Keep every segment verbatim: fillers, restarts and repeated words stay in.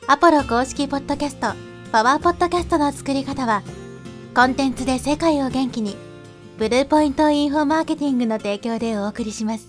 アポロ公式ポッドキャスト、パワーポッドキャストの作り方は、コンテンツで世界を元気に、ブルーポイントインフォマーケティングの提供でお送りします。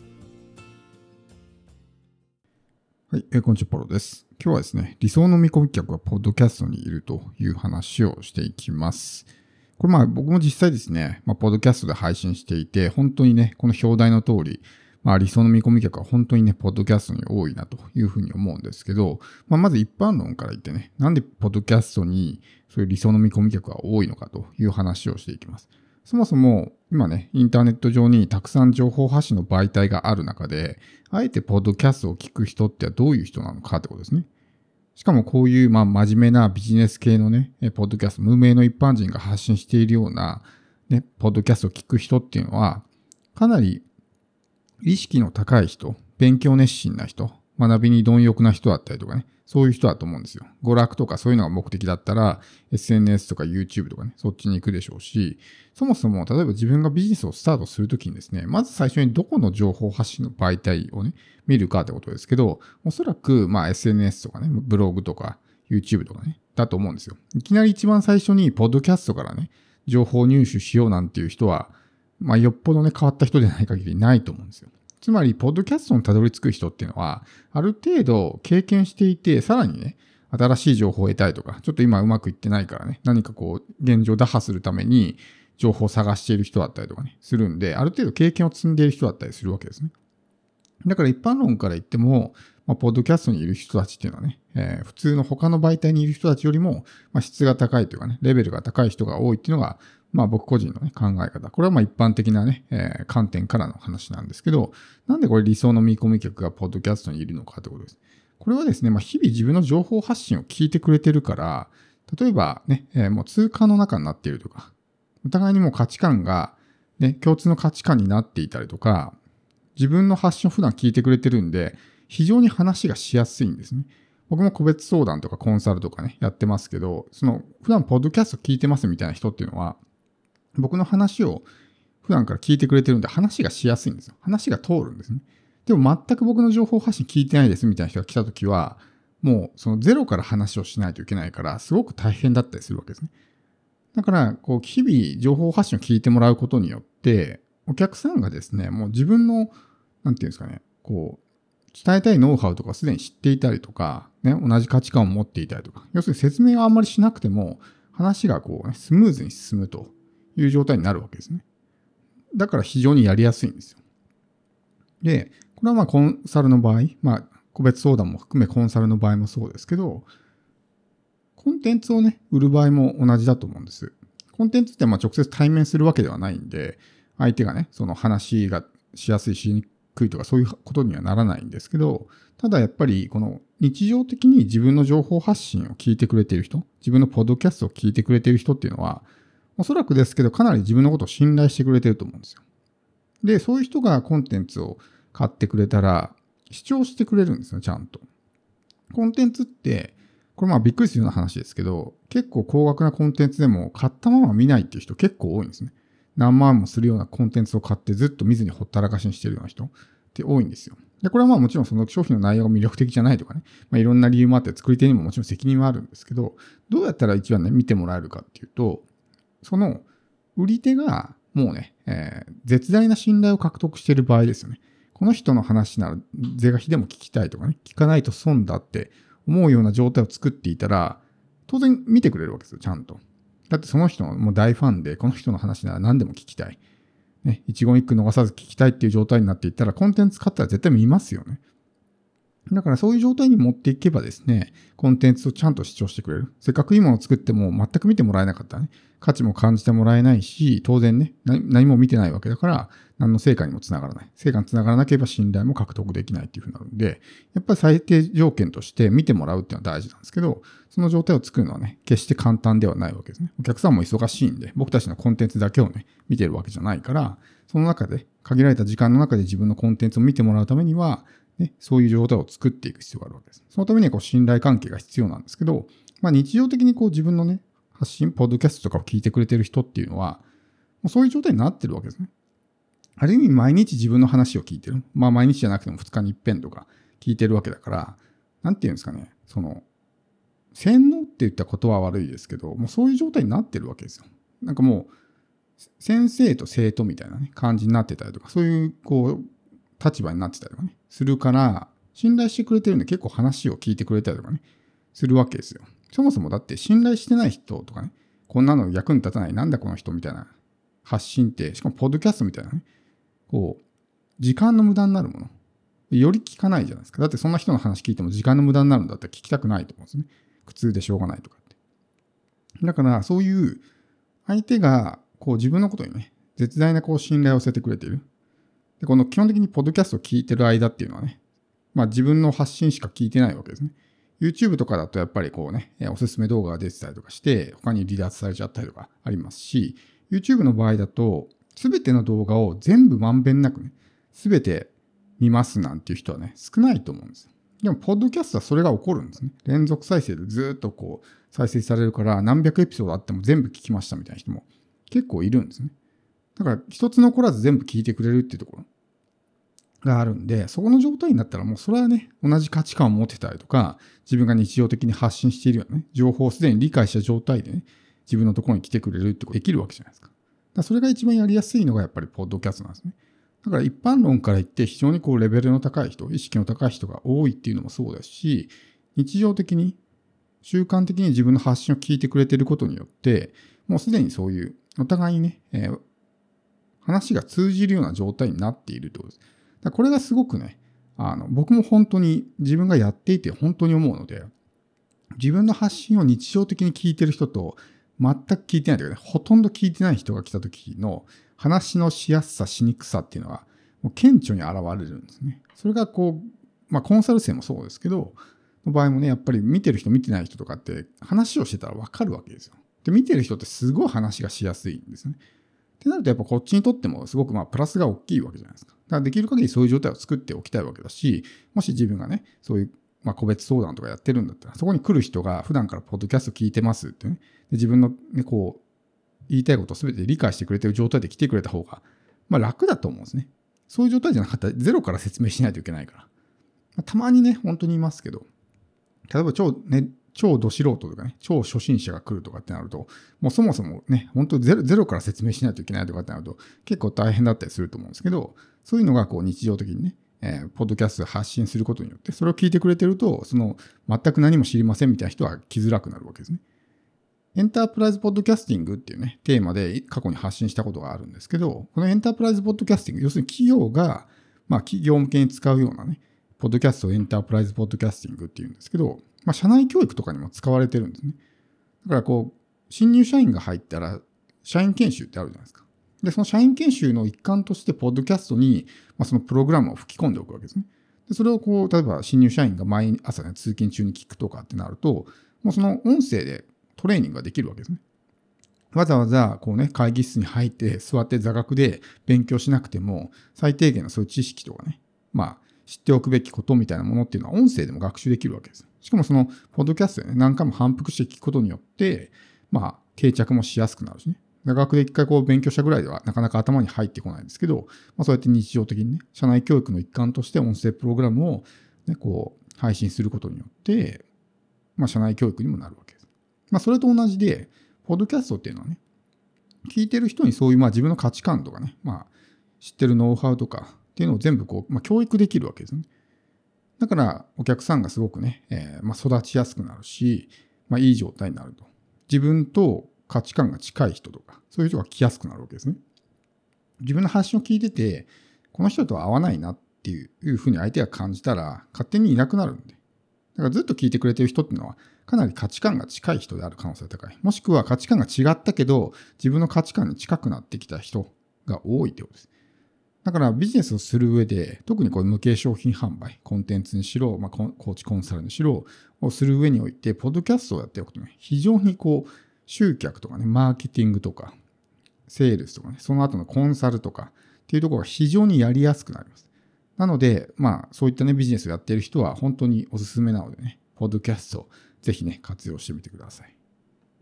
はい、えー、こんにちは、ポロです。今日はですね、理想の見込み客はポッドキャストにいるという話をしていきます。これまあ僕も実際ですね、まあ、ポッドキャストで配信していて、本当にね、この表題の通り、まあ理想の見込み客は本当にね、ポッドキャストに多いなというふうに思うんですけど、まあまず一般論から言ってね、なんでポッドキャストにそういう理想の見込み客が多いのかという話をしていきます。そもそも今ね、インターネット上にたくさん情報発信の媒体がある中で、あえてポッドキャストを聞く人ってどういう人なのかってことですね。しかもこういうまあ真面目なビジネス系のね、ポッドキャスト、無名の一般人が発信しているような、ね、ポッドキャストを聞く人っていうのは、かなり意識の高い人、勉強熱心な人、学びに貪欲な人だったりとかね、そういう人だと思うんですよ。娯楽とかそういうのが目的だったら、エスエヌエス とか YouTube とかね、そっちに行くでしょうし、そもそも例えば自分がビジネスをスタートするときにですね、まず最初にどこの情報発信の媒体をね、見るかってことですけど、おそらくまあ エスエヌエス とかね、ブログとか YouTube とかね、だと思うんですよ。いきなり一番最初にポッドキャストからね、情報入手しようなんていう人は、まあよっぽどね、変わった人でない限りないと思うんですよ。つまり、ポッドキャストにたどり着く人っていうのは、ある程度経験していて、さらにね、新しい情報を得たいとか、ちょっと今うまくいってないからね、何かこう、現状打破するために情報を探している人だったりとかね、するんで、ある程度経験を積んでいる人だったりするわけですね。だから一般論から言っても、まあ、ポッドキャストにいる人たちっていうのはね、えー、普通の他の媒体にいる人たちよりも、まあ、質が高いというかね、レベルが高い人が多いっていうのが、まあ僕個人の、ね、考え方。これはまあ一般的なね、えー、観点からの話なんですけど、なんでこれ理想の見込み客がポッドキャストにいるのかということです。これはですね、まあ日々自分の情報発信を聞いてくれてるから、例えばね、えー、もう通貨の中になっているとか、お互いにもう価値観が、ね、共通の価値観になっていたりとか、自分の発信を普段聞いてくれてるんで、非常に話がしやすいんですね。僕も個別相談とかコンサルとかね、やってますけど、その普段ポッドキャスト聞いてますみたいな人っていうのは、僕の話を普段から聞いてくれてるんで話がしやすいんですよ。話が通るんですね。でも全く僕の情報発信聞いてないですみたいな人が来たときは、もうそのゼロから話をしないといけないから、すごく大変だったりするわけですね。だから、こう、日々情報発信を聞いてもらうことによって、お客さんがですね、もう自分の、なんていうんですかね、こう、伝えたいノウハウとかすでに知っていたりとか、ね、同じ価値観を持っていたりとか、要するに説明はあんまりしなくても、話がこう、ね、スムーズに進むという状態になるわけですね。だから非常にやりやすいんですよ。で、これはまあコンサルの場合、まあ個別相談も含めコンサルの場合もそうですけど、コンテンツをね、売る場合も同じだと思うんです。コンテンツってまあ直接対面するわけではないんで、相手がね、その話がしやすい、しにくいとかそういうことにはならないんですけど、ただやっぱりこの日常的に自分の情報発信を聞いてくれている人、自分のポッドキャストを聞いてくれている人っていうのは、おそらくですけどかなり自分のことを信頼してくれてると思うんですよ。で、そういう人がコンテンツを買ってくれたら、視聴してくれるんですよ、ちゃんと。コンテンツって、これまあびっくりするような話ですけど、結構高額なコンテンツでも買ったまま見ないっていう人結構多いんですね。何万もするようなコンテンツを買ってずっと見ずにほったらかしにしてるような人って多いんですよ。で、これはまあもちろんその商品の内容が魅力的じゃないとかね、まあいろんな理由もあって作り手にももちろん責任はあるんですけど、どうやったら一番ね、見てもらえるかっていうと、その売り手がもうね、えー、絶大な信頼を獲得している場合ですよね。この人の話なら是が非でも聞きたいとかね、聞かないと損だって思うような状態を作っていたら、当然見てくれるわけですよ、ちゃんと。だってその人のもう大ファンで、この人の話なら何でも聞きたい。ね、一言一句逃さず聞きたいっていう状態になっていったら、コンテンツ買ったら絶対見ますよね。だからそういう状態に持っていけばですね、コンテンツをちゃんと視聴してくれる。せっかくいいものを作っても全く見てもらえなかったらね、価値も感じてもらえないし、当然ね、何も見てないわけだから、何の成果にもつながらない。成果につながらなければ信頼も獲得できないっていうふうになるんで、やっぱり最低条件として見てもらうっていうのは大事なんですけど、その状態を作るのはね、決して簡単ではないわけですね。お客さんも忙しいんで、僕たちのコンテンツだけをね、見てるわけじゃないから、その中で、限られた時間の中で自分のコンテンツを見てもらうためには、ね、そういう状態を作っていく必要があるわけです。そのためにはこう信頼関係が必要なんですけど、まあ、日常的にこう自分のね、発信、ポッドキャストとかを聞いてくれてる人っていうのは、もうそういう状態になってるわけですね。ある意味毎日自分の話を聞いてる。まあ毎日じゃなくてもふつかに一遍とか聞いてるわけだから、なんていうんですかね、その、 洗脳って言った言葉は悪いですけど、もうそういう状態になってるわけですよ。なんかもう、先生と生徒みたいなね、感じになってたりとか、そういう、こう、立場になってたりとかね、するから、信頼してくれてるんで結構話を聞いてくれたりとかね、するわけですよ。そもそもだって信頼してない人とかね、こんなの役に立たない、なんだこの人みたいな発信って、しかもポッドキャストみたいなね、こう、時間の無駄になるもの。より聞かないじゃないですか。だってそんな人の話聞いても時間の無駄になるんだったら聞きたくないと思うんですね。苦痛でしょうがないとかって。だからそういう相手がこう自分のことにね、絶大なこう信頼を寄せてくれている。で、この基本的にポッドキャストを聞いてる間っていうのはね、まあ自分の発信しか聞いてないわけですね。YouTube とかだとやっぱりこうね、おすすめ動画が出てたりとかして、他に離脱されちゃったりとかありますし、YouTube の場合だと、すべての動画を全部まんべんなくね、すべて見ますなんていう人はね、少ないと思うんですよ。でも、ポッドキャストはそれが起こるんですね。連続再生でずっとこう、再生されるから、何百エピソードあっても全部聞きましたみたいな人も結構いるんですね。だから、一つ残らず全部聞いてくれるっていうところがあるんで、そこの状態になったらもうそれはね、同じ価値観を持ってたりとか、自分が日常的に発信しているようなね、情報をすでに理解した状態でね、自分のところに来てくれるってことができるわけじゃないですか。だからそれが一番やりやすいのがやっぱりポッドキャストなんですね。だから一般論から言って非常にこうレベルの高い人、意識の高い人が多いっていうのもそうですし、日常的に習慣的に自分の発信を聞いてくれていることによって、もうすでにそういうお互いにね、えー、話が通じるような状態になっているということです。だからこれがすごくね、あの僕も本当に自分がやっていて本当に思うので、自分の発信を日常的に聞いてる人と全く聞いてないというかね、ほとんど聞いてない人が来た時の話のしやすさ、しにくさっていうのはもう顕著に現れるんですね。それがこう、まあコンサル生もそうですけど、の場合もね、やっぱり見てる人見てない人とかって話をしてたらわかるわけですよ。で、見てる人ってすごい話がしやすいんですね。ってなるとやっぱこっちにとってもすごくまあプラスが大きいわけじゃないですか。だからできる限りそういう状態を作っておきたいわけだし、もし自分がね、そういうまあ個別相談とかやってるんだったら、そこに来る人が普段からポッドキャスト聞いてますってね、で自分のね、こう、言いたいことを全て理解してくれてる状態で来てくれた方が、まあ楽だと思うんですね。そういう状態じゃなかったらゼロから説明しないといけないから。まあ、たまにね、本当にいますけど、例えば超ね、超ど素人とかね、超初心者が来るとかってなると、もうそもそもね、本当ゼロ、ゼロから説明しないといけないとかってなると、結構大変だったりすると思うんですけど、そういうのがこう日常的にね、えー、ポッドキャストで発信することによって、それを聞いてくれてると、その全く何も知りませんみたいな人は来づらくなるわけですね。エンタープライズポッドキャスティングっていうね、テーマで過去に発信したことがあるんですけど、このエンタープライズポッドキャスティング、要するに企業が、まあ企業向けに使うようなね、ポッドキャストをエンタープライズポッドキャスティングっていうんですけど、まあ社内教育とかにも使われてるんですね。だからこう、新入社員が入ったら、社員研修ってあるじゃないですか。で、その社員研修の一環として、ポッドキャストに、まあ、そのプログラムを吹き込んでおくわけですね。で、それをこう、例えば新入社員が毎朝ね、通勤中に聞くとかってなると、もうその音声でトレーニングができるわけですね。わざわざこうね、会議室に入って座って座学で勉強しなくても、最低限のそういう知識とかね、まあ、知っておくべきことみたいなものっていうのは音声でも学習できるわけです。しかもその、ポッドキャストでね、何回も反復して聞くことによって、まあ、定着もしやすくなるしね。座学で一回こう勉強したぐらいではなかなか頭に入ってこないんですけど、まあそうやって日常的にね、社内教育の一環として音声プログラムをね、こう、配信することによって、まあ社内教育にもなるわけです。まあそれと同じで、ポッドキャストっていうのはね、聞いてる人にそういうまあ自分の価値観とかね、まあ知ってるノウハウとかっていうのを全部こう、まあ教育できるわけですね。だからお客さんがすごくね、えー、まあ育ちやすくなるし、まあいい状態になると。自分と価値観が近い人とか、そういう人が来やすくなるわけですね。自分の発信を聞いてて、この人とは合わないなっていうふうに相手が感じたら、勝手にいなくなるんで。だからずっと聞いてくれてる人っていうのは、かなり価値観が近い人である可能性が高い。もしくは価値観が違ったけど、自分の価値観に近くなってきた人が多いってことです。だからビジネスをする上で、特にこう無形商品販売、コンテンツにしろ、まあ、コーチコンサルにしろをする上において、ポッドキャストをやっておくとね、非常にこう、集客とかね、マーケティングとか、セールスとかね、その後のコンサルとかっていうところが非常にやりやすくなります。なので、まあ、そういったね、ビジネスをやっている人は本当におすすめなのでね、ポッドキャストをぜひね、活用してみてください。